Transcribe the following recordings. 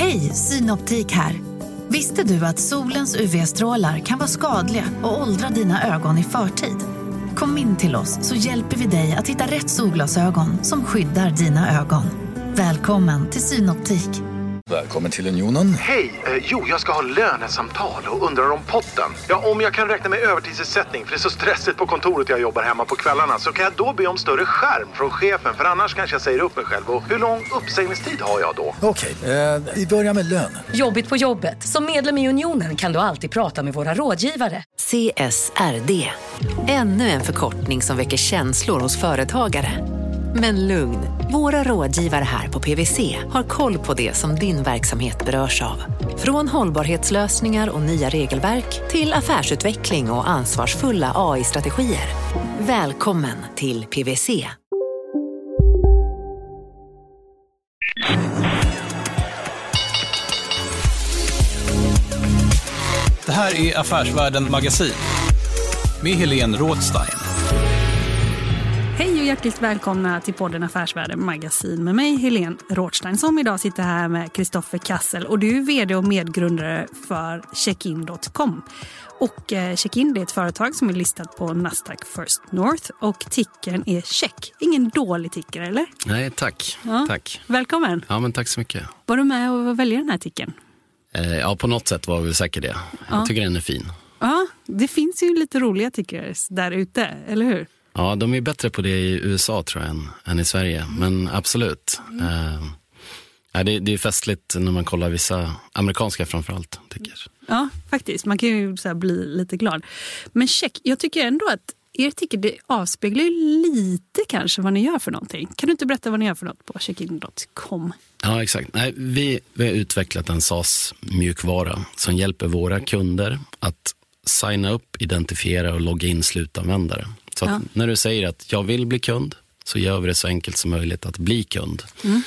Hej, Synoptik här. Visste du att solens UV-strålar kan vara skadliga och åldra dina ögon i förtid? Kom in till oss så hjälper vi dig att hitta rätt solglasögon som skyddar dina ögon. Välkommen till Synoptik. Välkommen till Unionen. Hej, jag ska ha lönesamtal och undrar om potten. Ja, om jag kan räkna med övertidsersättning för det är så stressigt på kontoret jag jobbar hemma på kvällarna, så kan jag då be om större skärm från chefen, för annars kanske jag säger upp mig själv. Och hur lång uppsägningstid har jag då? Okej, vi börjar med lön. Jobbigt på jobbet. Som medlem i Unionen kan du alltid prata med våra rådgivare. CSRD. Ännu en förkortning som väcker känslor hos företagare. Men lugn, våra rådgivare här på PwC har koll på det som din verksamhet berörs av. Från hållbarhetslösningar och nya regelverk till affärsutveckling och ansvarsfulla AI-strategier. Välkommen till PwC. Det här är Affärsvärlden Magasin med Helene Rådstein. Hej och hjärtligt välkomna till podden Affärsvärlden Magasin med mig Helene Rådstein, som idag sitter här med Kristoffer Kassel, och du är vd och medgrundare för Checkin.com. Och Checkin är ett företag som är listat på Nasdaq First North och tickern är check. Ingen dålig ticker, eller? Nej, tack. Ja. Tack. Välkommen. Ja, men tack så mycket. Var du med och välja den här tickern? Ja, på något sätt var vi säkert det. Jag tycker den är fin. Ja, det finns ju lite roliga tickers där ute, eller hur? Ja, de är bättre på det i USA tror jag än i Sverige. Men absolut. Det är festligt när man kollar vissa amerikanska framförallt, tycker jag. Ja, faktiskt. Man kan ju så här bli lite glad. Men check, jag tycker ändå att er ticker, det avspeglar ju lite kanske vad ni gör för någonting. Kan du inte berätta vad ni gör för något på checkin.com? Ja, exakt. Nej, vi har utvecklat en SaaS-mjukvara som hjälper våra kunder att signa upp, identifiera och logga in slutanvändare. Så att när du säger att jag vill bli kund, så gör vi det så enkelt som möjligt att bli kund.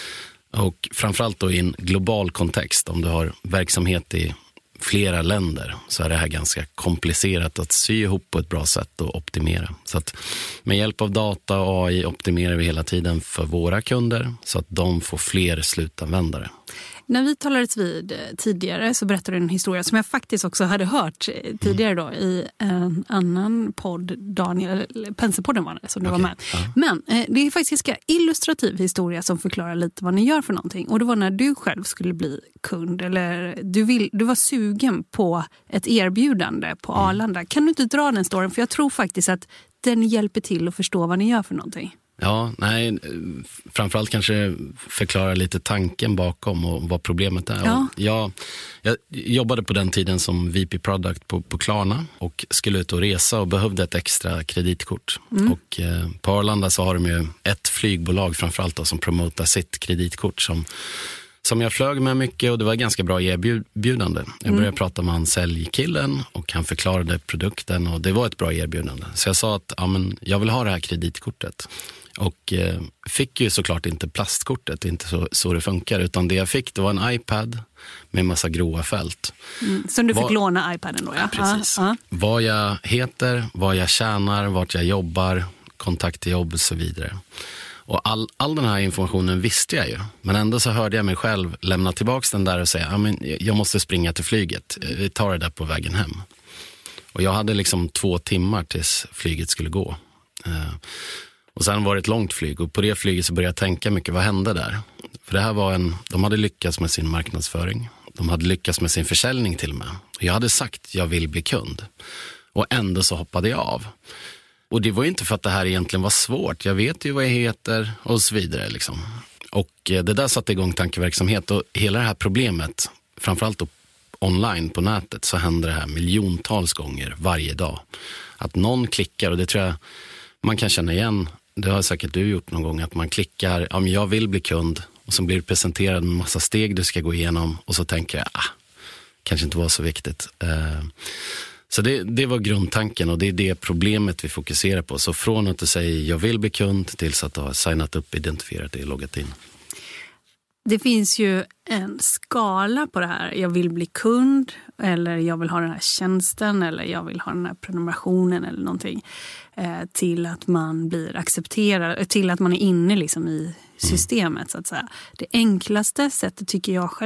Och framförallt då i en global kontext, om du har verksamhet i flera länder, så är det här ganska komplicerat att sy ihop på ett bra sätt och optimera. Så att med hjälp av data och AI optimerar vi hela tiden för våra kunder så att de får fler slutanvändare. När vi talades vid tidigare så berättade du en historia som jag faktiskt också hade hört tidigare då i en annan podd, Daniel, Pensepodden var det som du var med. Ja. Men det är faktiskt en ganska illustrativ historia som förklarar lite vad ni gör för någonting. Och det var när du själv skulle bli kund, eller du var sugen på ett erbjudande på Arlanda. Kan du inte dra den storyn? För jag tror faktiskt att den hjälper till att förstå vad ni gör för någonting. Ja, nej, framförallt kanske förklara lite tanken bakom och vad problemet är. Ja. Jag jobbade på den tiden som VP Product på Klarna och skulle ut och resa och behövde ett extra kreditkort. Och på Arlanda så har de ju ett flygbolag framförallt då, som promotar sitt kreditkort som jag flög med mycket, och det var ganska bra erbjudande. Jag började prata med han säljkillen och han förklarade produkten och det var ett bra erbjudande. Så jag sa att jag vill ha det här kreditkortet. Och fick ju såklart inte plastkortet, det är inte så det funkar, utan det jag fick, det var en iPad med massa gråa fält. Som du fick låna iPaden då, ja? Precis. Vad jag heter, vad jag tjänar, vart jag jobbar, kontaktjobb och så vidare. Och all den här informationen visste jag ju. Men ändå så hörde jag mig själv lämna tillbaka den där och säga jag måste springa till flyget. Vi tar det där på vägen hem. Och jag hade liksom 2 timmar tills flyget skulle gå. Och sen var det ett långt flyg. Och på det flyget så började jag tänka mycket, vad hände där? För det här de hade lyckats med sin marknadsföring. De hade lyckats med sin försäljning till mig. Och jag hade sagt, jag vill bli kund. Och ändå så hoppade jag av. Och det var ju inte för att det här egentligen var svårt. Jag vet ju vad jag heter och så vidare liksom. Och det där satte igång tankeverksamhet. Och hela det här problemet, framförallt då online på nätet, så händer det här miljontals gånger varje dag. Att någon klickar, och det tror jag man kan känna igen. Det har säkert du gjort någon gång, att man klickar, jag vill bli kund. Och så blir du presenterad med en massa steg du ska gå igenom. Och så tänker jag, kanske inte var så viktigt. Så det var grundtanken, och det är det problemet vi fokuserar på. Så från att du säger jag vill bli kund tills att du har signat upp, identifierat det och loggat in. Det finns ju en skala på det här. Jag vill bli kund, eller jag vill ha den här tjänsten, eller jag vill ha den här prenumerationen eller någonting. Till att man blir accepterad, till att man är inne liksom i systemet så att säga. Det enklaste sättet tycker jag själv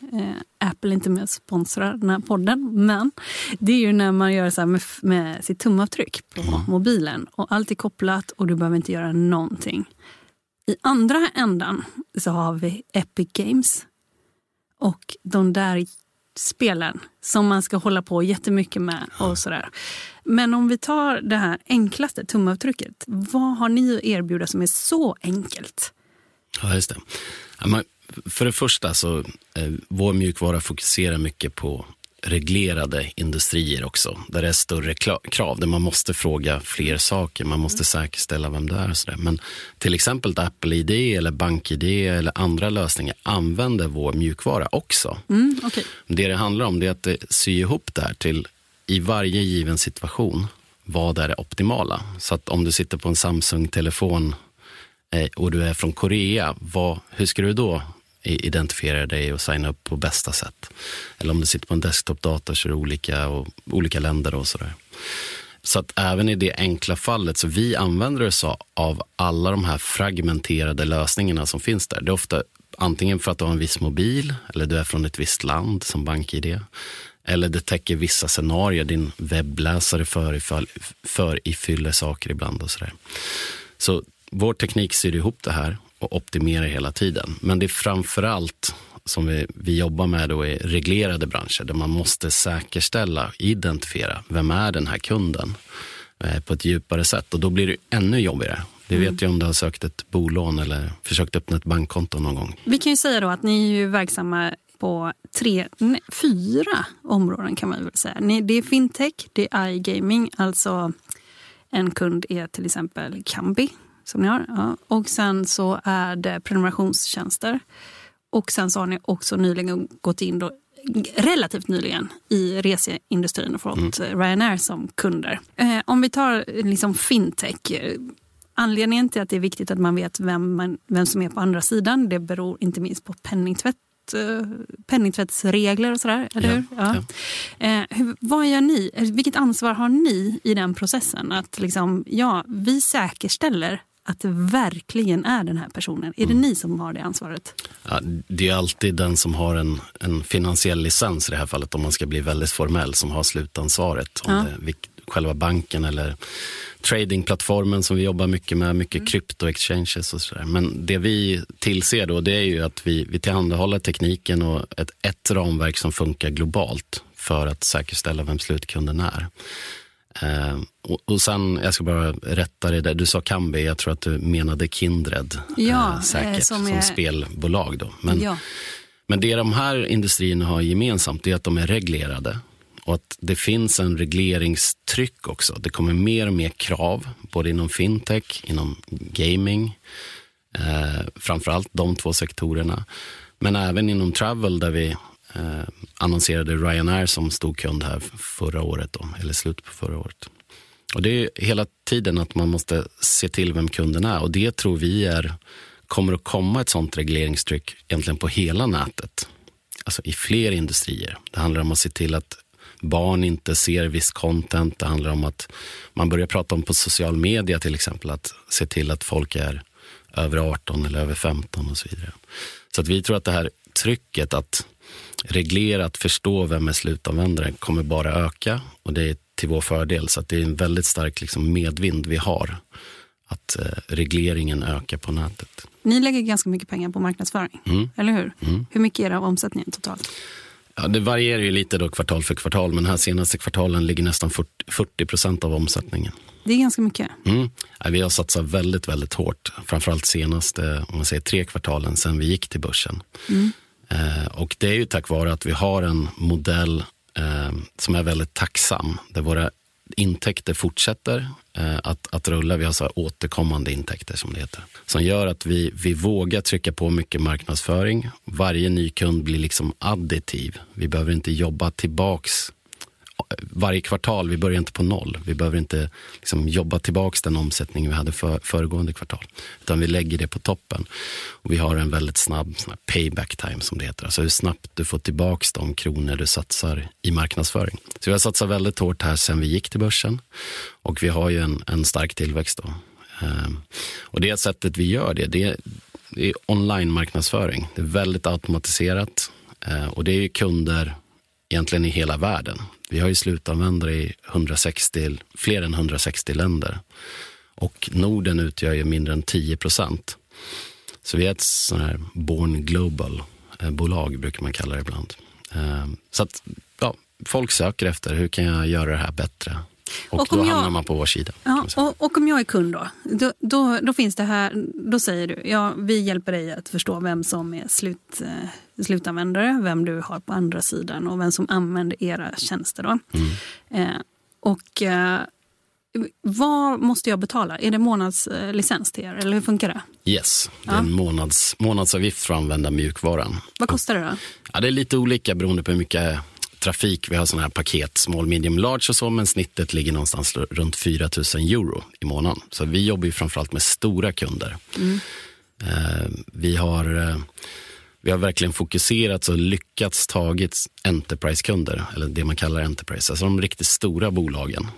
Apple inte med sponsrar den här podden, men det är ju när man gör så här med sitt tumavtryck på mobilen och allt är kopplat och du behöver inte göra någonting. I andra ändan så har vi Epic Games och de där spelen som man ska hålla på jättemycket med och sådär. Men om vi tar det här enklaste tumavtrycket, vad har ni att erbjuda som är så enkelt? Ja, just det. För det första så vår mjukvara fokuserar mycket på reglerade industrier också. Där det är större krav, där man måste fråga fler saker. Man måste säkerställa vem det är och sådär. Men till exempel Apple ID eller BankID eller andra lösningar använder vår mjukvara också. Okay. Det handlar om det är att sy ihop det här till i varje given situation vad är det optimala. Så att om du sitter på en Samsung-telefon och du är från Korea, hur ska du då identifiera dig och signa upp på bästa sätt? Eller om du sitter på en desktop-dator så är det olika länder och sådär. Så att även i det enkla fallet så vi använder oss av alla de här fragmenterade lösningarna som finns där. Det är ofta antingen för att du har en viss mobil eller du är från ett visst land som BankID. Eller det täcker vissa scenarier, din webbläsare förifyller saker ibland och sådär. Så vår teknik syr ihop det här och optimerar hela tiden. Men det är framförallt som vi jobbar med då är reglerade branscher där man måste säkerställa, identifiera vem är den här kunden på ett djupare sätt. Och då blir det ännu jobbigare. Det vet jag om du har sökt ett bolån eller försökt öppna ett bankkonto någon gång. Vi kan ju säga då att ni är ju verksamma på 4 områden kan man väl säga. Det är fintech, det är iGaming, alltså en kund är till exempel Kambi som ni har. Ja. Och sen så är det prenumerationstjänster. Och sen så har ni också nyligen gått in då, relativt nyligen i reseindustrin och fått Ryanair som kunder. Om vi tar liksom fintech, anledningen till att det är viktigt att man vet vem som är på andra sidan, det beror inte minst på penningtvättsregler och sådär, eller hur? Ja. Vad gör ni? Vilket ansvar har ni i den processen? Att liksom, vi säkerställer att det verkligen är den här personen. Är det ni som har det ansvaret? Ja, det är alltid den som har en finansiell licens i det här fallet, om man ska bli väldigt formell, som har slutansvaret. Om det är själva banken eller tradingplattformen som vi jobbar mycket med, mycket krypto-exchanges och sådär. Men det vi tillser då, det är ju att vi tillhandahåller tekniken och ett ramverk som funkar globalt för att säkerställa vem slutkunden är. Och sen, jag ska bara rätta det där, du sa Kambi, jag tror att du menade Kindred, säkert, som spelbolag då. Men det de här industrierna har gemensamt är att de är reglerade och att det finns en regleringstryck också. Det kommer mer och mer krav, både inom fintech, inom gaming, framförallt de 2 sektorerna, men även inom travel där vi annonserade Ryanair som stod kund här förra året då, eller slut på förra året. Och det är hela tiden att man måste se till vem kunden är, och det tror vi kommer att komma ett sånt regleringstryck egentligen på hela nätet. Alltså i fler industrier. Det handlar om att se till att barn inte ser viss content. Det handlar om att man börjar prata om på social media till exempel, att se till att folk är över 18 eller över 15 och så vidare. Så att vi tror att det här trycket att reglera, att förstå vem är slutanvändare kommer bara öka, och det är till vår fördel. Så att det är en väldigt stark liksom medvind vi har, att regleringen ökar på nätet. Ni lägger ganska mycket pengar på marknadsföring, eller hur? Hur mycket är det av omsättningen totalt? Ja, det varierar ju lite då kvartal för kvartal, men här senaste kvartalen ligger nästan 40% av omsättningen. Det är ganska mycket. Ja, vi har satsat väldigt, väldigt hårt, framförallt senaste, om man säger 3 kvartalen sedan vi gick till börsen. Och det är ju tack vare att vi har en modell som är väldigt tacksam, där våra intäkter fortsätter att rulla. Vi har så här återkommande intäkter som det heter, som gör att vi vågar trycka på mycket marknadsföring. Varje ny kund blir liksom additiv. Vi behöver inte jobba tillbaks varje kvartal, vi börjar inte på 0. Vi behöver inte liksom jobba tillbaks den omsättning vi hade föregående kvartal, utan vi lägger det på toppen. Och vi har en väldigt snabb payback time som det heter, alltså hur snabbt du får tillbaks de kronor du satsar i marknadsföring. Så vi har satsat väldigt hårt här sedan vi gick till börsen, och vi har ju en stark tillväxt då. Och det sättet vi gör det är online-marknadsföring. Det är väldigt automatiserat. Och det är ju kunder egentligen i hela världen. Vi har ju slutanvändare i fler än 160 länder. Och Norden utgör ju mindre än 10%. Så vi är ett sån här born global-bolag brukar man kalla det ibland. Så att folk söker efter hur kan jag göra det här bättre. Och då hamnar man på vår sida. Ja, och om jag är kund då finns det här, då säger du, vi hjälper dig att förstå vem som är slutanvändare, vem du har på andra sidan och vem som använder era tjänster då. Vad måste jag betala? Är det månadslicens till er eller hur funkar det? Yes, det är en månadsavgift för att använda mjukvaran. Vad kostar det då? Ja, det är lite olika beroende på hur mycket trafik. Vi har sådana här paket, small, medium, large och så, men snittet ligger någonstans runt 4 000 euro i månaden. Så vi jobbar ju framförallt med stora kunder. Vi har verkligen fokuserat och lyckats tagit enterprise-kunder, eller det man kallar enterprise, alltså de riktigt stora bolagen.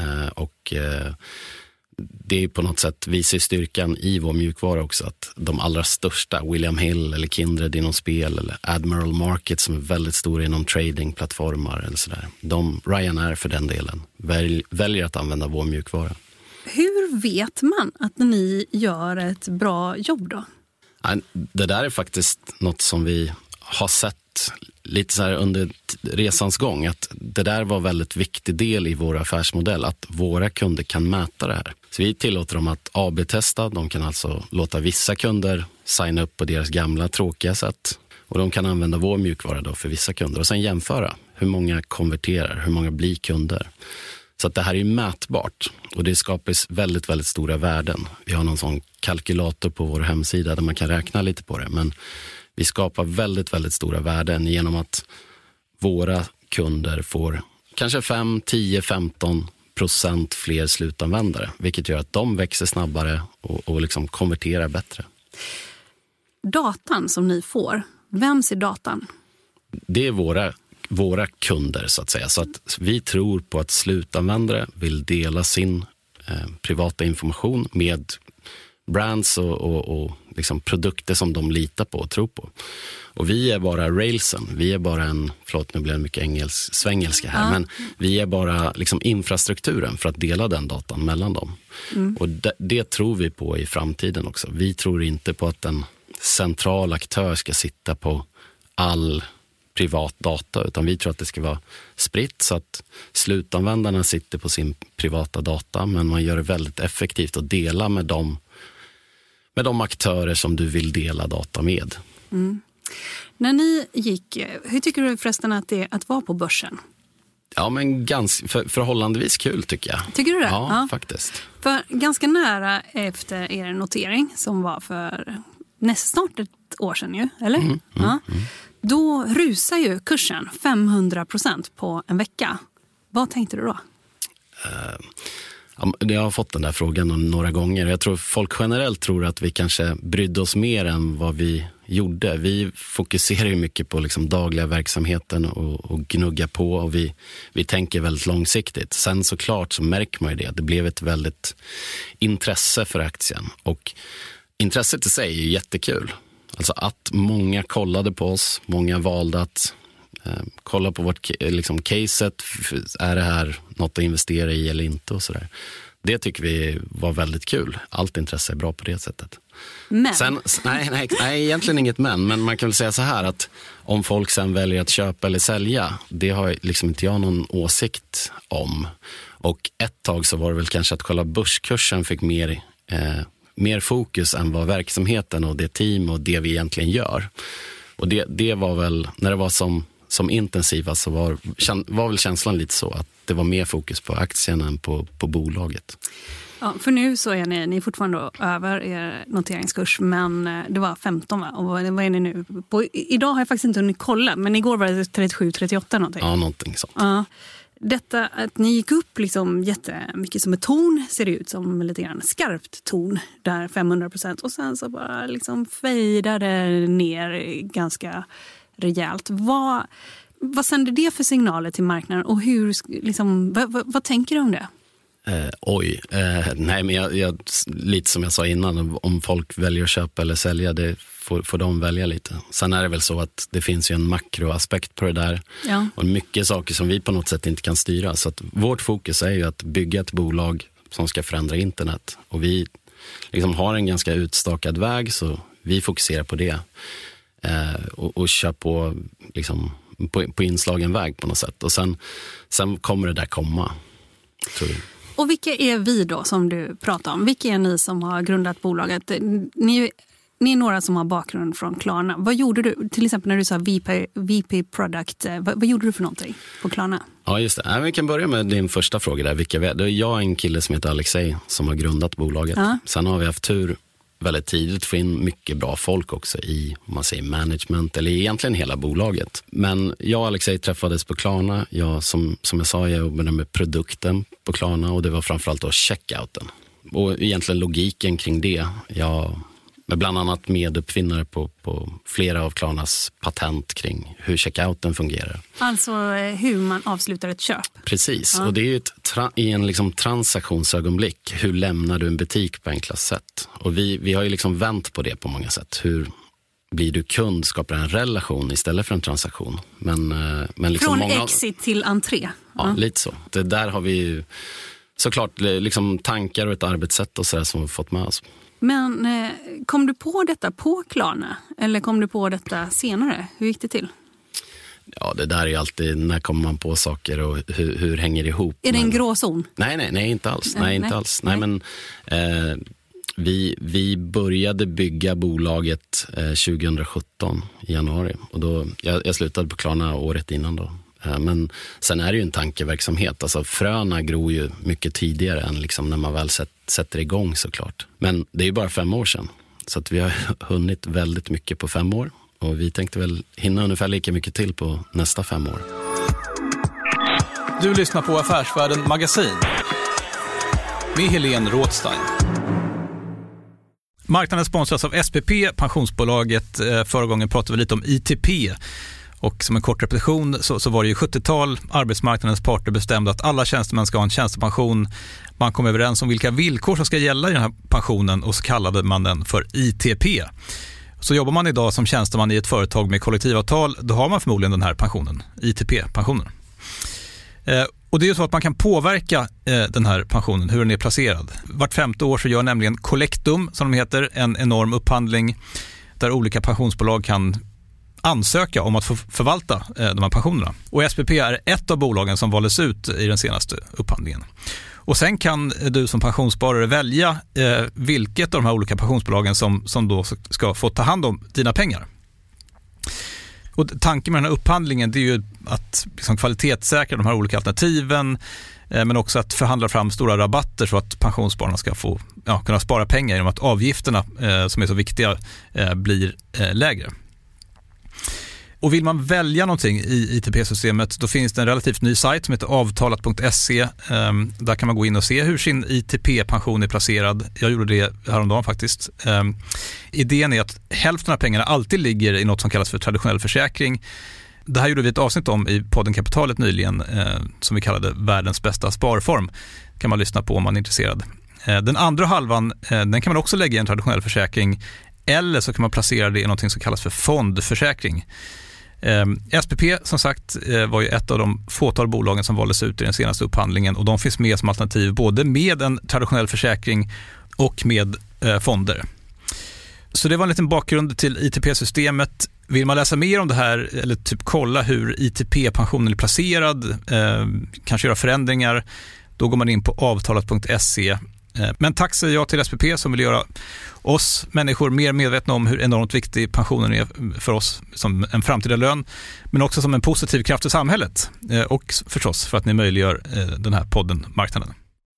Det är på något sätt visar styrkan i vår mjukvara också att de allra största, William Hill eller Kindred inom spel eller Admiral Market som är väldigt stora inom tradingplattformar eller sådär. Ryanair för den delen väljer att använda vår mjukvara. Hur vet man att ni gör ett bra jobb då? Det där är faktiskt något som vi har sett lite så här under resans gång, att det där var väldigt viktig del i vår affärsmodell, att våra kunder kan mäta det här. Så vi tillåter dem att AB-testa, de kan alltså låta vissa kunder signa upp på deras gamla tråkiga sätt och de kan använda vår mjukvara då för vissa kunder och sen jämföra hur många konverterar, hur många blir kunder. Så att det här är mätbart och det skapas väldigt, väldigt stora värden. Vi har någon sån kalkylator på vår hemsida där man kan räkna lite på det, men vi skapar väldigt, väldigt stora värden genom att våra kunder får kanske 5, 10, 15% fler slutanvändare. Vilket gör att de växer snabbare och liksom konverterar bättre. Datan som ni får, vems är datan? Det är våra kunder så att säga. Så att vi tror på att slutanvändare vill dela sin privata information med brands och liksom produkter som de litar på och tror på. Och vi är bara railsen, vi är bara nu blir det mycket svengelska här, men vi är bara liksom infrastrukturen för att dela den datan mellan dem. Och det tror vi på i framtiden också. Vi tror inte på att en central aktör ska sitta på all privat data, utan vi tror att det ska vara spritt så att slutanvändarna sitter på sin privata data, men man gör det väldigt effektivt att dela med de aktörer som du vill dela data med. När ni gick, hur tycker du förresten att det är att vara på börsen? Ja, men förhållandevis kul tycker jag. Tycker du det? Ja, faktiskt. För ganska nära efter er notering som var för nästan ett år sedan ju, eller? Då rusar ju kursen 500% på en vecka. Vad tänkte du då? Jag har fått den där frågan några gånger. Jag tror folk generellt tror att vi kanske brydde oss mer än vad vi gjorde. Vi fokuserar ju mycket på liksom dagliga verksamheten och gnugga på och vi tänker väldigt långsiktigt. Sen såklart så märker man ju det. Det blev ett väldigt intresse för aktien och intresset i sig är ju jättekul. Alltså att många kollade på oss, många valde att kolla på vårt liksom, caset. Är det här något att investera i eller inte och sådär. Det tycker vi var väldigt kul. Allt intresse är bra på det sättet. Men? Sen, nej, egentligen inget men man kan väl säga så här att om folk sen väljer att köpa eller sälja, det har liksom inte jag någon åsikt om. Och ett tag så var det väl kanske att själva börskursen fick mer fokus än vad verksamheten och det team och det vi egentligen gör. Och det var väl, när det var som intensiva så var väl känslan lite så att det var mer fokus på aktien än på bolaget. Ja, för nu så är ni fortfarande över er noteringskurs, men det var 15 va? Och vad är ni nu? Idag har jag faktiskt inte hunnit kolla, men igår var det 37-38 någonting. Ja, någonting sånt. Ja. Detta att ni gick upp liksom jättemycket som ett torn ser det ut som lite grann skarpt torn där 500% och sen så bara liksom fejdade ner ganska rejält. Vad sänder det för signaler till marknaden och hur liksom, vad tänker du om det? Nej, men jag, lite som jag sa innan, om folk väljer att köpa eller sälja, det får de välja lite. Sen är det väl så att det finns ju en makroaspekt på det där. Ja. Och mycket saker som vi på något sätt inte kan styra. Så att vårt fokus är ju att bygga ett bolag som ska förändra internet. Och vi liksom har en ganska utstakad väg, så vi fokuserar på det. Och kör på, liksom, på inslagen väg på något sätt. Och sen kommer det där komma, tror jag. Och vilka är vi då som du pratar om? Vilka är ni som har grundat bolaget? Ni är några som har bakgrund från Klarna. Vad gjorde du, till exempel när du sa VP Product, vad gjorde du för någonting på Klarna? Ja, just det. Vi kan börja med din första fråga där. Vilka vi är. Det är jag och en kille som heter Alexej som har grundat bolaget. Sen har vi haft tur väldigt tidigt få in mycket bra folk också i, om man säger, management eller egentligen hela bolaget. Men jag och Alexej träffades på Klarna. Som jag sa, jag jobbade med produkten på Klarna och det var framförallt då checkouten. Och egentligen logiken kring det. Jag är bland annat meduppfinnare på flera av Klarnas patent kring hur checkouten fungerar. Alltså hur man avslutar ett köp. Precis, och det är ju i en liksom transaktionsögonblick. Hur lämnar du en butik på enklast sätt? Och vi har ju liksom vänt på det på många sätt. Hur blir du kund, skapar en relation istället för en transaktion. Men liksom från exit till entré. Ja, lite så. Det där har vi ju såklart liksom tankar och ett arbetssätt och sådär som vi fått med oss. Men kom du på detta på Klarna eller kom du på detta senare? Hur gick det till? Ja, det där är ju alltid, när kommer man på saker och hur hänger det ihop? Är det en gråzon? Nej, inte alls. Nej, men vi började bygga bolaget 2017 i januari. Och då, jag slutade på Klarna året innan då. Men sen är det ju en tankeverksamhet. Alltså fröna gror ju mycket tidigare än liksom när man väl sätter igång, såklart. Men det är ju bara 5 år sedan. Så att vi har hunnit väldigt mycket på 5 år. Och vi tänkte väl hinna ungefär lika mycket till på nästa 5 år. Du lyssnar på Affärsvärlden Magasin med Helene Rådstein. Marknaden sponsras av SPP, pensionsbolaget. Förra gången pratade vi lite om ITP. Och som en kort repetition så var det ju 70-tal. Arbetsmarknadens parter bestämde att alla tjänstemän ska ha en tjänstepension. Man kom överens om vilka villkor som ska gälla i den här pensionen och så kallade man den för ITP. Så jobbar man idag som tjänsteman i ett företag med kollektivavtal, då har man förmodligen den här pensionen, ITP-pensionen. Och det är ju så att man kan påverka den här pensionen, hur den är placerad. Vart 5:e år så gör nämligen Collectum, som de heter, en enorm upphandling där olika pensionsbolag kan ansöka om att få förvalta de här pensionerna. Och SPP är ett av bolagen som valdes ut i den senaste upphandlingen. Och sen kan du som pensionssparare välja vilket av de här olika pensionsbolagen som då ska få ta hand om dina pengar. Och tanken med den här upphandlingen, det är ju att liksom kvalitetssäkra de här olika alternativen, men också att förhandla fram stora rabatter så att pensionsspararna ska få kunna spara pengar genom att avgifterna som är så viktiga blir lägre. Och vill man välja någonting i ITP-systemet, då finns det en relativt ny sajt som heter avtalat.se. Där kan man gå in och se hur sin ITP-pension är placerad. Jag gjorde det häromdagen faktiskt. Idén är att hälften av pengarna alltid ligger i något som kallas för traditionell försäkring. Det här gjorde vi ett avsnitt om i podden Kapitalet nyligen, som vi kallade världens bästa sparform. Kan man lyssna på om man är intresserad. Den andra halvan, den kan man också lägga i en traditionell försäkring, eller så kan man placera det i något som kallas för fondförsäkring. SPP som sagt var ju ett av de fåtal bolagen som valdes ut i den senaste upphandlingen, och de finns med som alternativ både med en traditionell försäkring och med fonder. Så det var en liten bakgrund till ITP-systemet. Vill man läsa mer om det här eller typ kolla hur ITP-pensionen är placerad, kanske göra förändringar, då går man in på avtalat.se. Men tack säger jag till SPP som vill göra oss människor mer medvetna om hur enormt viktig pensionen är för oss som en framtida lön, men också som en positiv kraft i samhället, och förstås för att ni möjliggör den här podden Marknaden.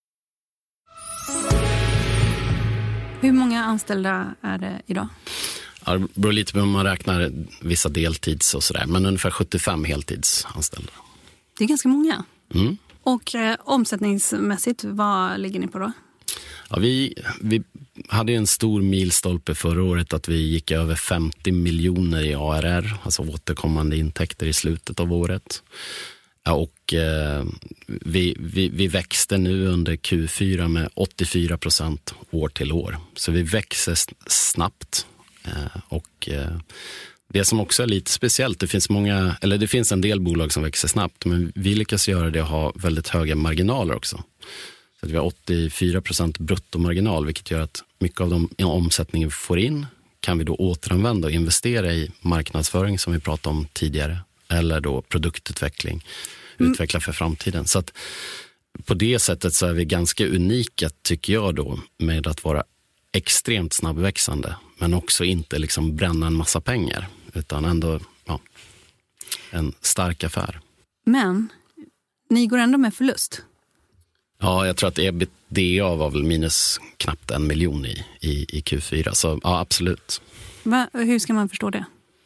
Hur många anställda är det idag? Ja, det beror lite på om man räknar vissa deltids och sådär, men ungefär 75 heltidsanställda. Det är ganska många. Mm. Och omsättningsmässigt, vad ligger ni på då? Ja, vi hade en stor milstolpe förra året att vi gick över 50 miljoner i ARR, alltså återkommande intäkter i slutet av året. Och vi växte nu under Q4 med 84% år till år. Så vi växer snabbt. Och det som också är lite speciellt, det finns en del bolag som växer snabbt, men vi lyckas göra det och ha väldigt höga marginaler också. Så att vi har 84% bruttomarginal, vilket gör att mycket av de omsättningen vi får in kan vi då återanvända och investera i marknadsföring som vi pratade om tidigare, eller då produktutveckling, utveckla för framtiden. Så att på det sättet så är vi ganska unika, tycker jag då, med att vara extremt snabbväxande, men också inte liksom bränna en massa pengar, utan ändå en stark affär. Men ni går ändå med förlust? Ja, jag tror att EBITDA var väl minus knappt 1 miljon i Q4, så ja, absolut. Hur ska man förstå det?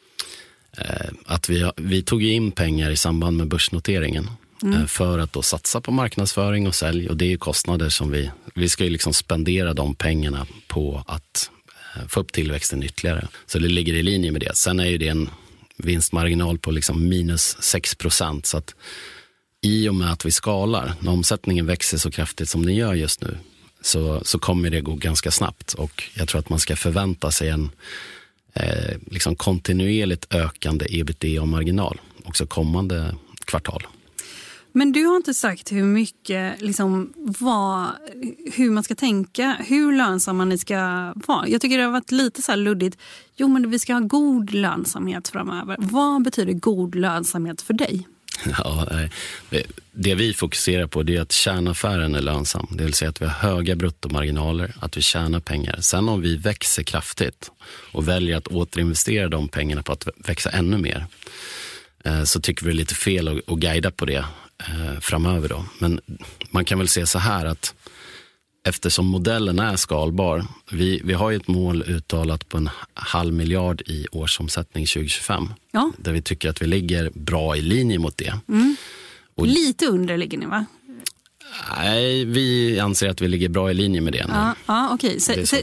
Att vi tog in pengar i samband med börsnoteringen för att då satsa på marknadsföring och sälj, och det är ju kostnader som vi ska ju liksom spendera de pengarna på att få upp tillväxten ytterligare. Så det ligger i linje med det. Sen är ju det en vinstmarginal på liksom minus 6%, så att i och med att vi skalar, när omsättningen växer så kraftigt som den gör just nu, så kommer det gå ganska snabbt, och jag tror att man ska förvänta sig en liksom kontinuerligt ökande EBITDA och marginal också kommande kvartal. Men du har inte sagt hur mycket, liksom, hur man ska tänka, hur lönsamma ni ska vara. Jag tycker det har varit lite så här luddigt. Jo, men vi ska ha god lönsamhet framöver. Vad betyder god lönsamhet för dig? Ja, det vi fokuserar på, det är att kärnaffären är lönsam. Det vill säga att vi har höga bruttomarginaler, att vi tjänar pengar. Sen om vi växer kraftigt och väljer att återinvestera de pengarna på att växa ännu mer, så tycker vi det är lite fel att guida på det framöver då. Men man kan väl se så här att eftersom modellen är skalbar, vi har ju ett mål uttalat på 1,5 miljard i årsomsättning 2025. Ja. Där vi tycker att vi ligger bra i linje mot det. Och lite under ligger ni, va? Nej, vi anser att vi ligger bra i linje med det nu. Ja, okej.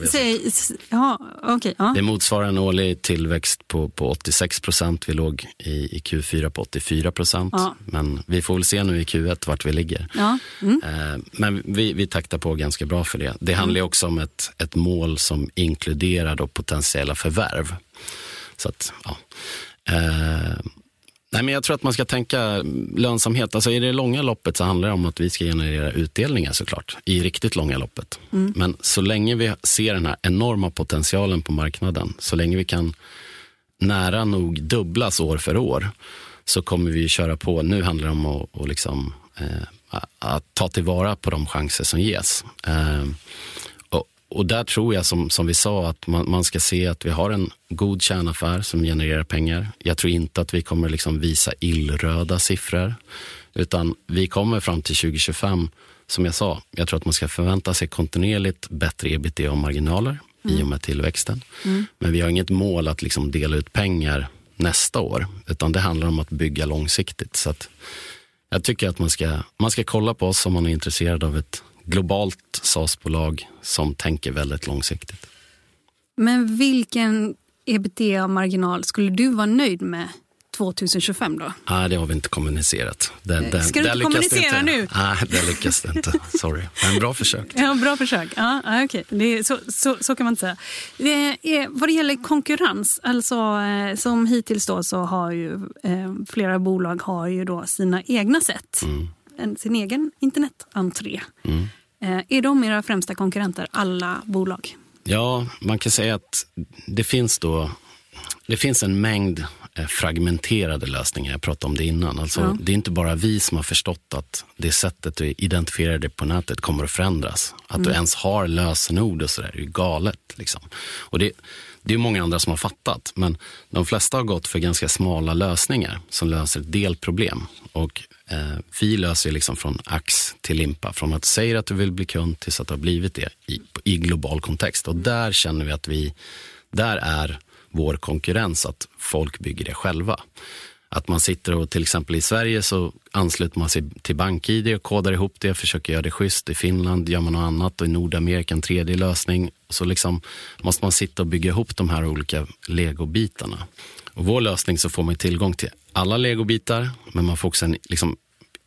Det motsvarar en årlig tillväxt på 86%. Vi låg i Q4 på 84%. Ja. Men vi får väl se nu i Q1 vart vi ligger. Ja. Men vi taktar på ganska bra för det. Det handlar också om ett mål som inkluderar då potentiella förvärv. Så att, ja. Nej, men jag tror att man ska tänka lönsamhet. Alltså i det långa loppet så handlar det om att vi ska generera utdelningar såklart. I riktigt långa loppet. Men så länge vi ser den här enorma potentialen på marknaden, så länge vi kan nära nog dubblas år för år, så kommer vi köra på. Nu handlar det om att liksom, att ta tillvara på de chanser som ges. Och där tror jag som vi sa att man ska se att vi har en god kärnaffär som genererar pengar. Jag tror inte att vi kommer liksom visa illröda siffror, utan vi kommer fram till 2025, som jag sa, jag tror att man ska förvänta sig kontinuerligt bättre EBITDA och marginaler i och med tillväxten. Men vi har inget mål att liksom dela ut pengar nästa år, utan det handlar om att bygga långsiktigt. Så att jag tycker att man ska kolla på oss om man är intresserad av ett globalt SaaS-bolag som tänker väldigt långsiktigt. Men vilken EBITDA-marginal skulle du vara nöjd med 2025 då? Nej, det har vi inte kommunicerat. Ska du inte kommunicera nu? Nej, det lyckas det inte. Sorry. Men bra försök. Ja, bra försök. Ja, okej. Så kan man inte säga. Vad det gäller konkurrens, alltså som hittills då, så har ju flera bolag har ju då sina egna sätt. Sin egen internetentré. Är de era främsta konkurrenter, alla bolag? Ja, man kan säga att det finns en mängd fragmenterade lösningar. Jag pratade om det innan. Alltså, det är inte bara vi som har förstått att det sättet du identifierar det på nätet kommer att förändras. Att du ens har lösenord och sådär, det är ju galet. Liksom. Och det är många andra som har fattat, men de flesta har gått för ganska smala lösningar som löser ett delproblem. Och vi löser liksom från ax till limpa, från att säga att du vill bli kund tills att du har blivit det i global kontext. Och där känner vi att där är vår konkurrens, att folk bygger det själva. Att man sitter och till exempel i Sverige så ansluter man sig till BankID och kodar ihop det, försöker göra det schysst. I Finland gör man något annat och i Nordamerika en tredje lösning. Så liksom måste man sitta och bygga ihop de här olika legobitarna. Och vår lösning så får man tillgång till alla legobitar, men man får också en liksom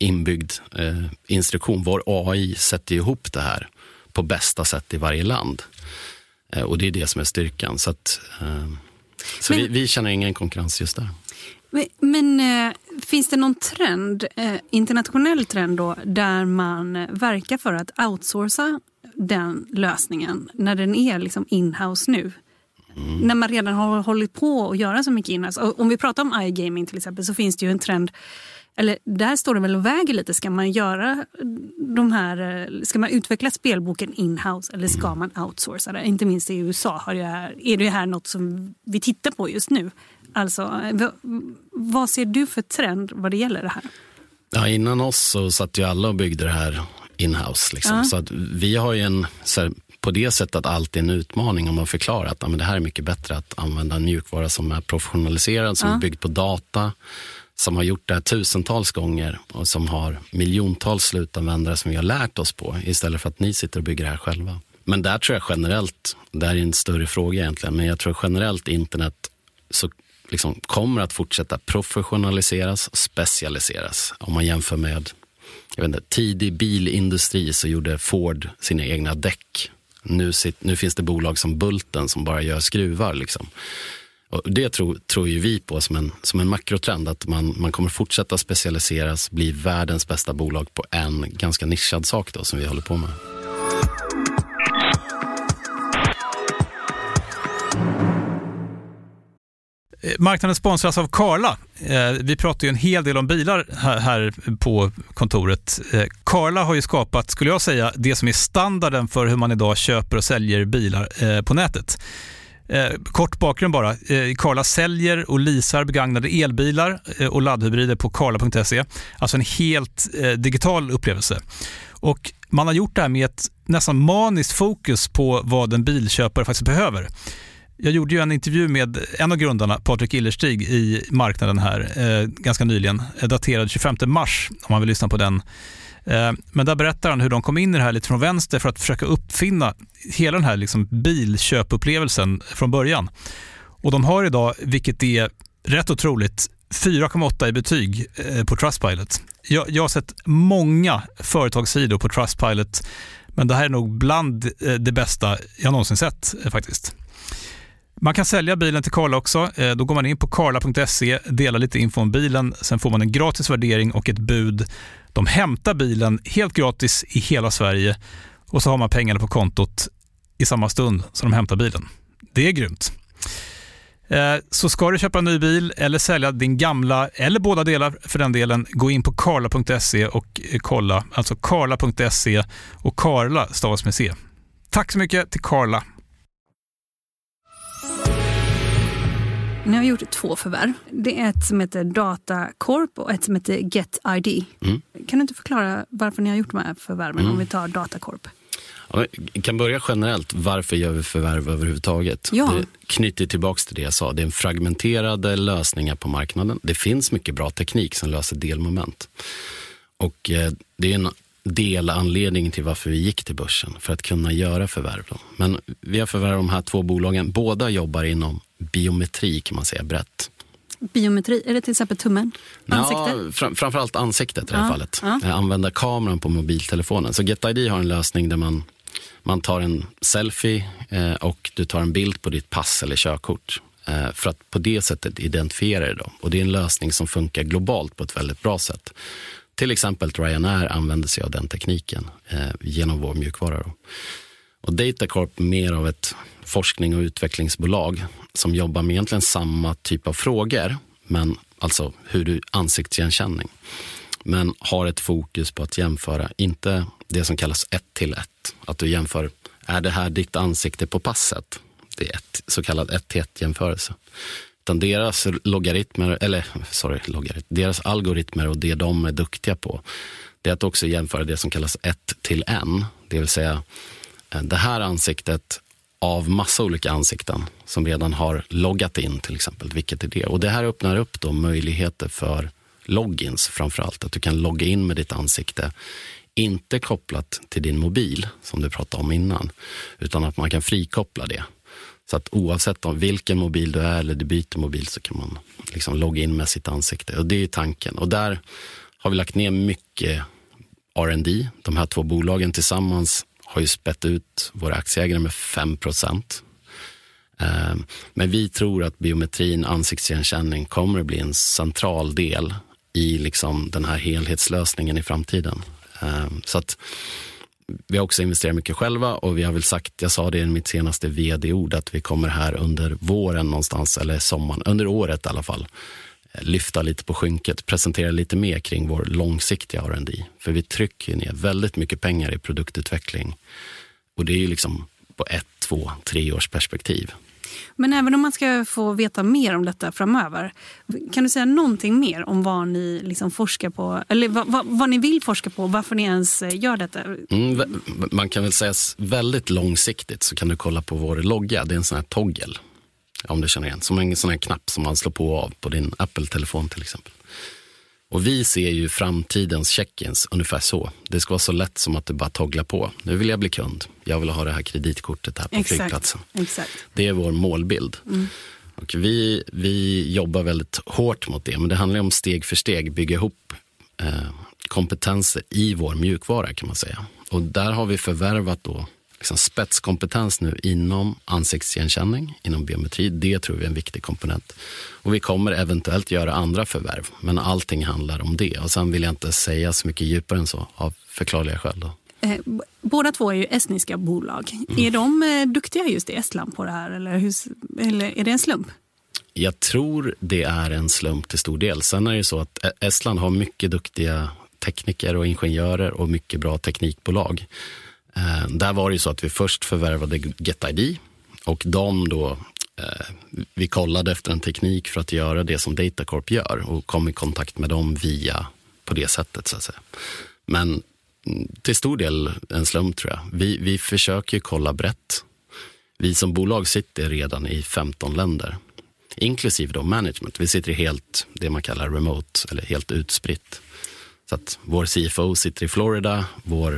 inbyggd instruktion. Vår AI sätter ihop det här på bästa sätt i varje land. Och det är det som är styrkan. Så vi känner ingen konkurrens just där. Men finns det någon trend, internationell trend då, där man verkar för att outsourca den lösningen när den är liksom in-house nu? När man redan har hållit på att göra så mycket in-house. Om vi pratar om iGaming till exempel, så finns det ju en trend, eller där står det väl och väger lite. Ska man göra ska man utveckla spelboken in-house eller ska man outsourca det? Inte minst i USA är det här något som vi tittar på just nu. Alltså, vad ser du för trend vad det gäller det här? Ja, innan oss så satt ju alla och byggde det här in-house. Liksom. Ja. Så att vi har ju på det sättet att alltid en utmaning om att förklara att men det här är mycket bättre att använda en mjukvara som är professionaliserad, som är byggd på data, som har gjort det här tusentals gånger och som har miljontals slutanvändare som vi har lärt oss på, istället för att ni sitter och bygger det här själva. Men där tror jag generellt, det är en större fråga egentligen, men jag tror generellt internet så liksom kommer att fortsätta professionaliseras och specialiseras. Om man jämför med tidig bilindustri så gjorde Ford sina egna däck. Nu finns det bolag som Bulten som bara gör skruvar. Liksom. Och det tror ju vi på som en makrotrend, att man kommer fortsätta specialiseras, bli världens bästa bolag på en ganska nischad sak då, som vi håller på med. Marknaden sponsras av Carla. Vi pratar ju en hel del om bilar här på kontoret. Carla har ju skapat, skulle jag säga, det som är standarden för hur man idag köper och säljer bilar på nätet. Kort bakgrund bara. Carla säljer och leasar begagnade elbilar och laddhybrider på carla.se. Alltså en helt digital upplevelse. Och man har gjort det här med ett nästan maniskt fokus på vad en bilköpare faktiskt behöver. Jag gjorde ju en intervju med en av grundarna, Patrik Illerstig, i marknaden här ganska nyligen, daterad 25 mars om man vill lyssna på den. Men där berättar han hur de kom in i det här lite från vänster för att försöka uppfinna hela den här liksom bilköpupplevelsen från början. Och de har idag, vilket är rätt otroligt, 4,8 i betyg på Trustpilot. Jag har sett många företagssidor på Trustpilot, men det här är nog bland det bästa jag någonsin sett faktiskt. Man kan sälja bilen till Carla också. Då går man in på carla.se, delar lite info om bilen, sen får man en gratis värdering och ett bud. De hämtar bilen helt gratis i hela Sverige och så har man pengarna på kontot i samma stund som de hämtar bilen. Det är grymt. Så ska du köpa en ny bil eller sälja din gamla, eller båda delar för den delen, gå in på carla.se och kolla. Alltså carla.se, och Carla stavas med C. Tack så mycket till Carla. Ni har gjort 2 förvärv. Det är ett som heter Datacorp och ett som heter GetID. Kan du inte förklara varför ni har gjort de här förvärven om vi tar Datacorp? Ja, jag kan börja generellt. Varför gör vi förvärv överhuvudtaget? Ja. Det knyter tillbaka till det jag sa. Det är en fragmenterade lösningar på marknaden. Det finns mycket bra teknik som löser delmoment. Och det är en delanledning till varför vi gick till börsen, för att kunna göra förvärv. Men vi har förvärvat de här 2 bolagen. Båda jobbar inom biometri, kan man säga, brett. Biometri, är det till exempel tummen? Ansiktet? Ja, framförallt ansiktet i det här fallet. Använda kameran på mobiltelefonen. Så GetID har en lösning där man tar en selfie och du tar en bild på ditt pass eller körkort. För att på det sättet identifiera det då. Och det är en lösning som funkar globalt på ett väldigt bra sätt. Till exempel Ryanair använder sig av den tekniken genom vår mjukvara då. Och Datacorp är mer av ett forskning- och utvecklingsbolag som jobbar med egentligen samma typ av frågor, men alltså hur du ansiktsigenkänning. Men har ett fokus på att jämföra, inte det som kallas 1-1. Att du jämför, är det här ditt ansikte på passet? Det är ett så kallad 1-1-jämförelse. Utan deras deras algoritmer och det de är duktiga på, det är att också jämföra det som kallas 1-1. Det vill säga det här ansiktet av massa olika ansikten som redan har loggat in till exempel. Vilket är det? Och det här öppnar upp då möjligheter för logins framförallt. Att du kan logga in med ditt ansikte, inte kopplat till din mobil som du pratade om innan, utan att man kan frikoppla det. Så att oavsett om vilken mobil du är eller du byter mobil så kan man liksom logga in med sitt ansikte. Och det är tanken. Och där har vi lagt ner mycket R&D. De här 2 bolagen tillsammans har ju spett ut våra aktieägare med 5%. Men vi tror att biometrin, ansiktsigenkänning kommer att bli en central del i liksom den här helhetslösningen i framtiden. Så att vi har också investerat mycket själva och vi har väl sagt, jag sa det i mitt senaste vd-ord, att vi kommer här under våren någonstans, eller sommaren, under året i alla fall, lyfta lite på skynket, presentera lite mer kring vår långsiktiga R&D. För vi trycker ner väldigt mycket pengar i produktutveckling och det är ju liksom på 1, 2, 3 års perspektiv. Men även om man ska få veta mer om detta framöver, kan du säga någonting mer om vad ni liksom forskar på, eller vad ni vill forska på, varför ni ens gör detta? Man kan väl säga väldigt långsiktigt så kan du kolla på vår logga, det är en sån här toggle, om du känner igen, som en sån här knapp som man slår på och av på din Apple-telefon till exempel. Och vi ser ju framtidens check-ins ungefär så. Det ska vara så lätt som att du bara togglar på. Nu vill jag bli kund. Jag vill ha det här kreditkortet här på flygplatsen. Exakt. Det är vår målbild. Och vi jobbar väldigt hårt mot det. Men det handlar om steg för steg bygga ihop kompetenser i vår mjukvara kan man säga. Och där har vi förvärvat då liksom spetskompetens nu inom ansiktsigenkänning, inom biometri. Det tror vi är en viktig komponent. Och vi kommer eventuellt göra andra förvärv, men allting handlar om det. Och sen vill jag inte säga så mycket djupare än så, av förklarliga skäl då. Båda 2 är ju estniska bolag. Är de duktiga just i Estland på det här, eller är det en slump? Jag tror det är en slump till stor del. Sen är det ju så att Estland har mycket duktiga tekniker och ingenjörer och mycket bra teknikbolag. Där var det ju så att vi först förvärvade GetID och de då, vi kollade efter en teknik för att göra det som Datacorp gör och kom i kontakt med dem via på det sättet så att säga. Men till stor del en slump tror jag. Vi försöker kolla brett. Vi som bolag sitter redan i 15 länder, inklusive då management. Vi sitter i helt det man kallar remote eller helt utspritt. Så att vår CFO sitter i Florida, vår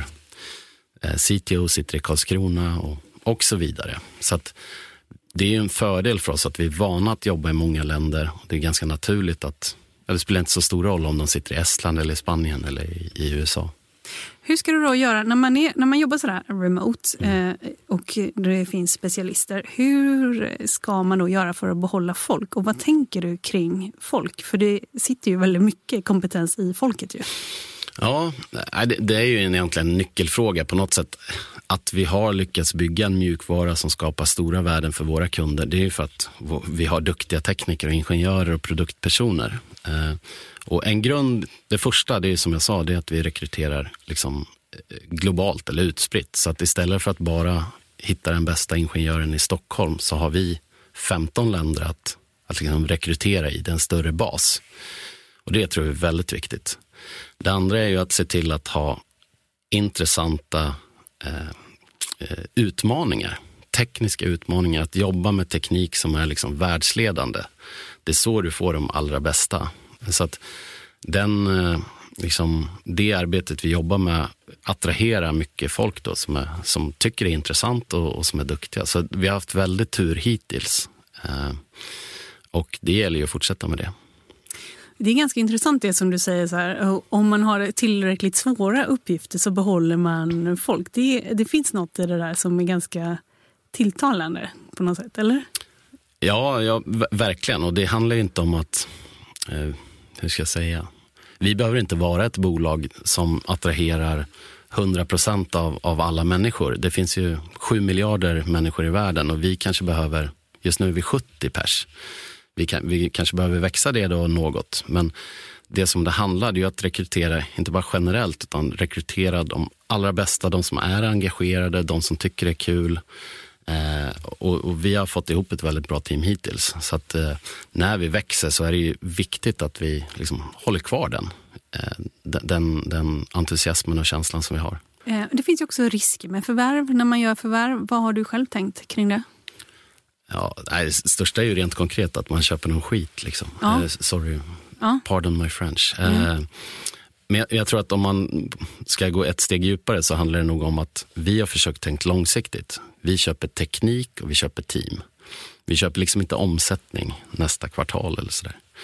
CTO sitter i Karlskrona och så vidare. Så att det är ju en fördel för oss att vi är vana att jobba i många länder. Det är ganska naturligt att det spelar inte så stor roll om de sitter i Estland eller i Spanien eller i USA. Hur ska du då göra när man jobbar sådär remote och det finns specialister? Hur ska man då göra för att behålla folk? Och vad tänker du kring folk? För det sitter ju väldigt mycket kompetens i folket ju. Ja, det är ju egentligen en nyckelfråga på något sätt. Att vi har lyckats bygga en mjukvara som skapar stora värden för våra kunder, det är ju för att vi har duktiga tekniker och ingenjörer och produktpersoner. Och en grund, det första, det är som jag sa, det är att vi rekryterar liksom globalt eller utspritt. Så att istället för att bara hitta den bästa ingenjören i Stockholm så har vi 15 länder att liksom rekrytera i, den större bas. Och det tror jag är väldigt viktigt. Det andra är ju att se till att ha intressanta utmaningar, tekniska utmaningar, att jobba med teknik som är liksom världsledande. Det är så du får de allra bästa. Så att det arbetet vi jobbar med attraherar mycket folk då som tycker det är intressant och som är duktiga. Så vi har haft väldigt tur hittills. Och det gäller ju att fortsätta med det. Det är ganska intressant det som du säger så här, om man har tillräckligt svåra uppgifter så behåller man folk. Det finns något i det där som är ganska tilltalande på något sätt, eller? Ja, verkligen. Och det handlar ju inte om att, hur ska jag säga, vi behöver inte vara ett bolag som attraherar 100% av alla människor. Det finns ju 7 miljarder människor i världen och vi kanske behöver, just nu är vi 70 pers. Vi kanske behöver växa det då något, men det som det handlar är ju att rekrytera, inte bara generellt, utan rekrytera de allra bästa, de som är engagerade, de som tycker det är kul. Och vi har fått ihop ett väldigt bra team hittills. Så att när vi växer så är det ju viktigt att vi liksom håller kvar den entusiasmen och känslan som vi har. Det finns ju också risker med förvärv. När man gör förvärv, vad har du själv tänkt kring det? Ja, det största är ju rent konkret att man köper någon skit liksom. Ja. Pardon my French. Men jag tror att om man ska gå ett steg djupare så handlar det nog om att vi har försökt tänkt långsiktigt. Vi köper teknik och vi köper team. Vi köper liksom inte omsättning nästa kvartal eller sådär.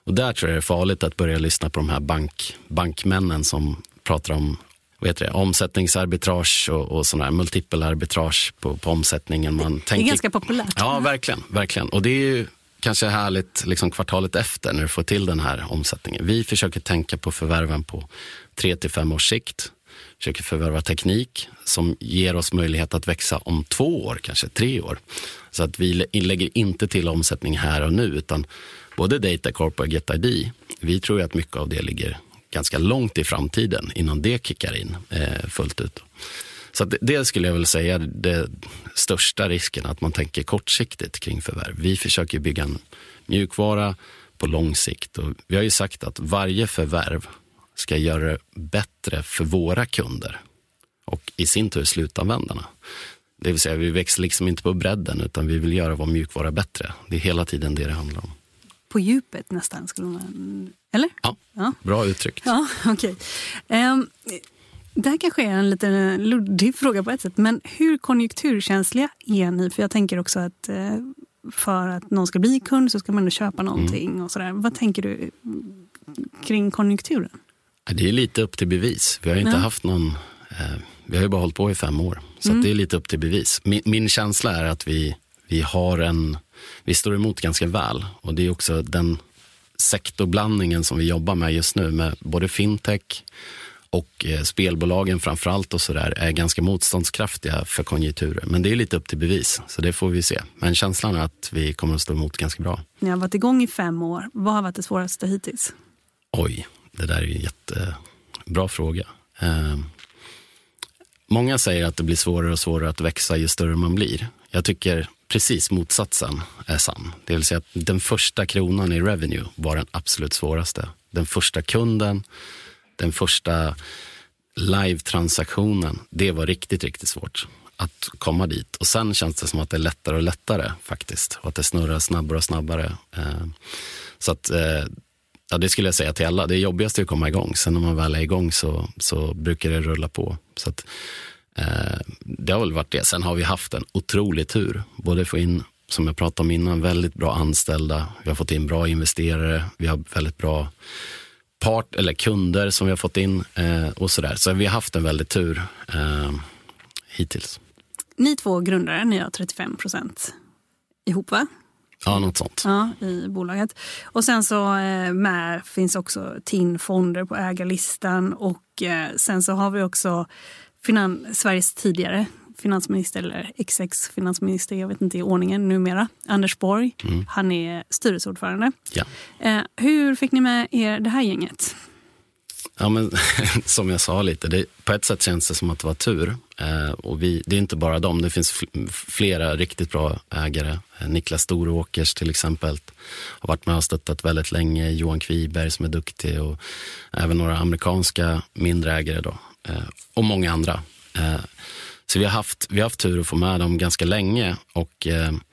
Och där tror jag det är farligt att börja lyssna på de här bankmännen som pratar om omsättningsarbitrage och sån här multipel arbitrage på omsättningen. Det är ganska populärt. Ja, verkligen. Och det är ju kanske härligt liksom kvartalet efter när du får till den här omsättningen. Vi försöker tänka på förvärven på 3-5 års sikt. Försöker förvärva teknik som ger oss möjlighet att växa om 2 år, kanske 3 år. Så att vi lägger inte till omsättning här och nu, utan både Datacorp och GetID, vi tror att mycket av det ligger ganska långt i framtiden innan det kickar in fullt ut. Så att det skulle jag väl säga det största risken, att man tänker kortsiktigt kring förvärv. Vi försöker bygga en mjukvara på lång sikt, och vi har ju sagt att varje förvärv ska göra det bättre för våra kunder och i sin tur slutanvändarna. Det vill säga, vi växer liksom inte på bredden, utan vi vill göra vår mjukvara bättre. Det är hela tiden det handlar om. På djupet nästan, skulle man... Eller? Ja. Bra uttryckt. Ja, okej. Det här kanske är en lite luddig fråga på ett sätt, men hur konjunkturkänsliga är ni? För jag tänker också att för att någon ska bli kund så ska man köpa någonting och sådär. Vad tänker du kring konjunkturen? Det är lite upp till bevis. Vi har inte haft någon... Vi har ju bara hållit på i 5 år. Så att det är lite upp till bevis. Min känsla är att vi står emot ganska väl. Och det är också den sektorblandningen som vi jobbar med just nu, med både fintech och spelbolagen framförallt och sådär, är ganska motståndskraftiga för konjunkturer. Men det är lite upp till bevis, så det får vi se. Men känslan är att vi kommer att stå emot ganska bra. Ni har varit igång i 5 år. Vad har varit det svåraste hittills? Oj, det där är ju en jättebra fråga. Många säger att det blir svårare och svårare att växa ju större man blir. Jag tycker precis motsatsen är sann. Det vill säga att den första kronan i revenue var den absolut svåraste. Den första kunden, den första live-transaktionen, det var riktigt, riktigt svårt att komma dit. Och sen känns det som att det är lättare och lättare faktiskt. Och att det snurrar snabbare och snabbare. Så att... Ja, det skulle jag säga till alla. Det är jobbigast att komma igång. Sen när man väl är igång så brukar det rulla på. Så att, det har väl varit det. Sen har vi haft en otrolig tur. Både få in, som jag pratade om innan, väldigt bra anställda. Vi har fått in bra investerare. Vi har väldigt bra kunder som vi har fått in och sådär. Så vi har haft en väldigt tur hittills. Ni 2 grundare, ni har 35% ihop, va? Ja, något sånt. Ja, i bolaget. Och sen så finns också TIN-fonder på ägarlistan, och sen så har vi också Sveriges tidigare finansminister, eller ex-finansminister, jag vet inte i ordningen numera, Anders Borg. Han är styrelseordförande. Ja. Hur fick ni med er det här gänget? Ja, men som jag sa lite, på ett sätt känns det som att det var tur. Och det är inte bara dem, det finns flera riktigt bra ägare. Niklas Storåkers till exempel har varit med och stöttat väldigt länge. Johan Kviberg som är duktig, och även några amerikanska mindre ägare då. Och många andra. Så vi har haft tur att få med dem ganska länge, och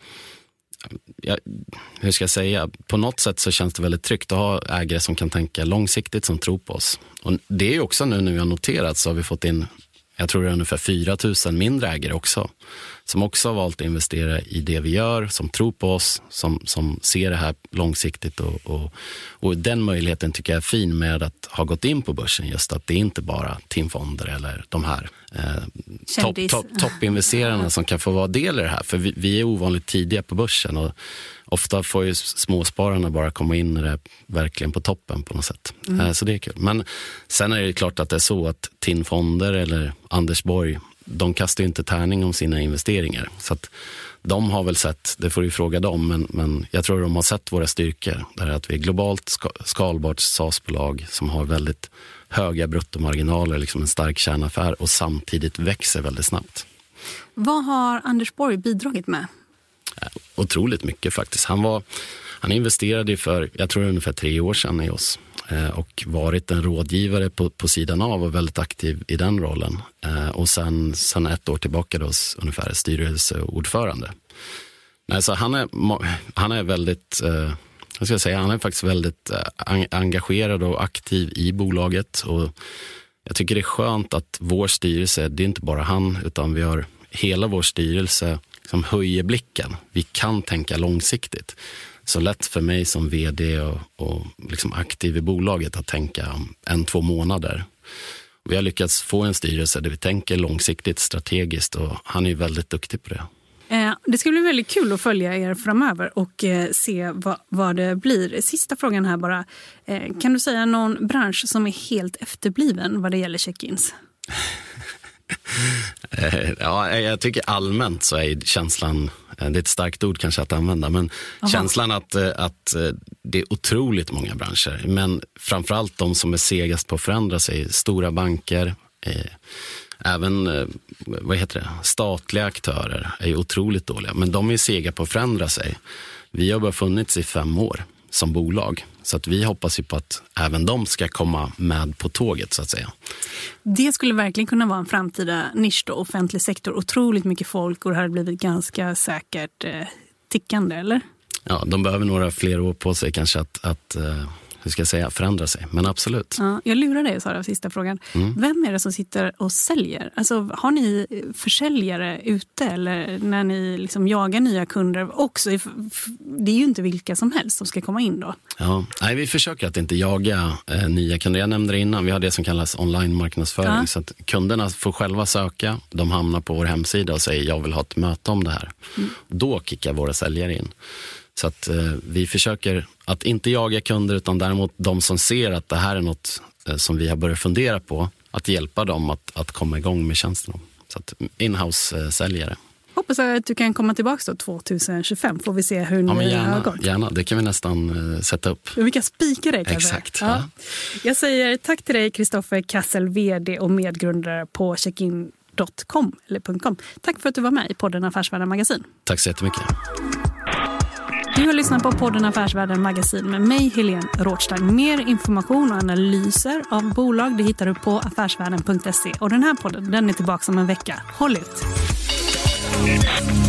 hur ska jag säga, på något sätt så känns det väldigt tryggt att ha ägare som kan tänka långsiktigt, som tror på oss. Och det är också nu när vi har noterat, så har vi fått in, jag tror det är ungefär 4 000 mindre ägare också, som också har valt att investera i det vi gör, som tror på oss, som ser det här långsiktigt, och den möjligheten tycker jag är fin med att ha gått in på börsen, just att det är inte bara TIN-fonder eller de här toppinvesterarna som kan få vara del i det här, för vi är ovanligt tidiga på börsen, och ofta får ju småspararna bara komma in när det är verkligen på toppen på något sätt. Så det är kul. Men sen är det klart att det är så att TIN-fonder eller Anders Borg, de kastar ju inte tärning om sina investeringar. Så att de har väl sett, det får du fråga dem, men jag tror de har sett våra styrkor. Där att vi är globalt skalbart SaaS-bolag som har väldigt höga bruttomarginaler, liksom en stark kärnaffär, och samtidigt växer väldigt snabbt. Vad har Anders Borg bidragit med? Otroligt mycket faktiskt. Han investerade för, jag tror ungefär 3 år sedan i oss, och varit en rådgivare på sidan av och väldigt aktiv i den rollen. Och sen 1 år tillbaka då ungefär styrelseordförande. Nej, så han är väldigt, vad ska jag säga, han är faktiskt väldigt engagerad och aktiv i bolaget, och jag tycker det är skönt att vår styrelse, det är inte bara han, utan vi har hela vår styrelse som höjer blicken. Vi kan tänka långsiktigt. så lätt för mig som vd och liksom aktiv i bolaget att tänka om 1-2 månader. Vi har lyckats få en styrelse där vi tänker långsiktigt, strategiskt, och han är ju väldigt duktig på det. Det ska bli väldigt kul att följa er framöver och se vad det blir. Sista frågan här bara. Kan du säga någon bransch som är helt efterbliven vad det gäller check-ins? Ja, jag tycker allmänt så är känslan, det är ett starkt ord kanske att använda, men känslan att det är otroligt många branscher, men framförallt de som är segast på att förändra sig, stora banker, även statliga aktörer är otroligt dåliga, men de är sega på att förändra sig. Vi har bara funnits i 5 år som bolag, så att vi hoppas ju på att även de ska komma med på tåget så att säga. Det skulle verkligen kunna vara en framtida nisch då, offentlig sektor, otroligt mycket folk, och det har blivit ganska säkert tickande, eller? Ja, de behöver några fler år på sig kanske att hur ska jag säga, förändra sig, men absolut. Ja, jag lurar dig, Sara, sista frågan. Vem är det som sitter och säljer? Alltså, har ni försäljare ute eller när ni liksom jagar nya kunder också? Det är ju inte vilka som helst som ska komma in då. Ja, nej, vi försöker att inte jaga nya kunder. Jag nämnde det innan, vi har det som kallas online-marknadsföring, så att kunderna får själva söka, de hamnar på vår hemsida och säger jag vill ha ett möte om det här. Då kickar våra säljare in. Så att vi försöker att inte jaga kunder, utan däremot de som ser att det här är något som vi har börjat fundera på, att hjälpa dem att komma igång med tjänsten. Så att in-house-säljare. Hoppas att du kan komma tillbaka då 2025, får vi se hur ni har gått. Gärna, det kan vi nästan sätta upp. Vi kan spika dig kanske. Exakt. Ja. Jag säger tack till dig, Christoffer Kassel, vd och medgrundare på checkin.com eller .com. Tack för att du var med i podden Affärsvärlden Magasin. Tack så jättemycket. Du har lyssnat på podden Affärsvärlden Magasin med mig, Helene Rothstein. Mer information och analyser av bolag det hittar du på affärsvärlden.se. Och den här podden, den är tillbaka om en vecka. Håll ut!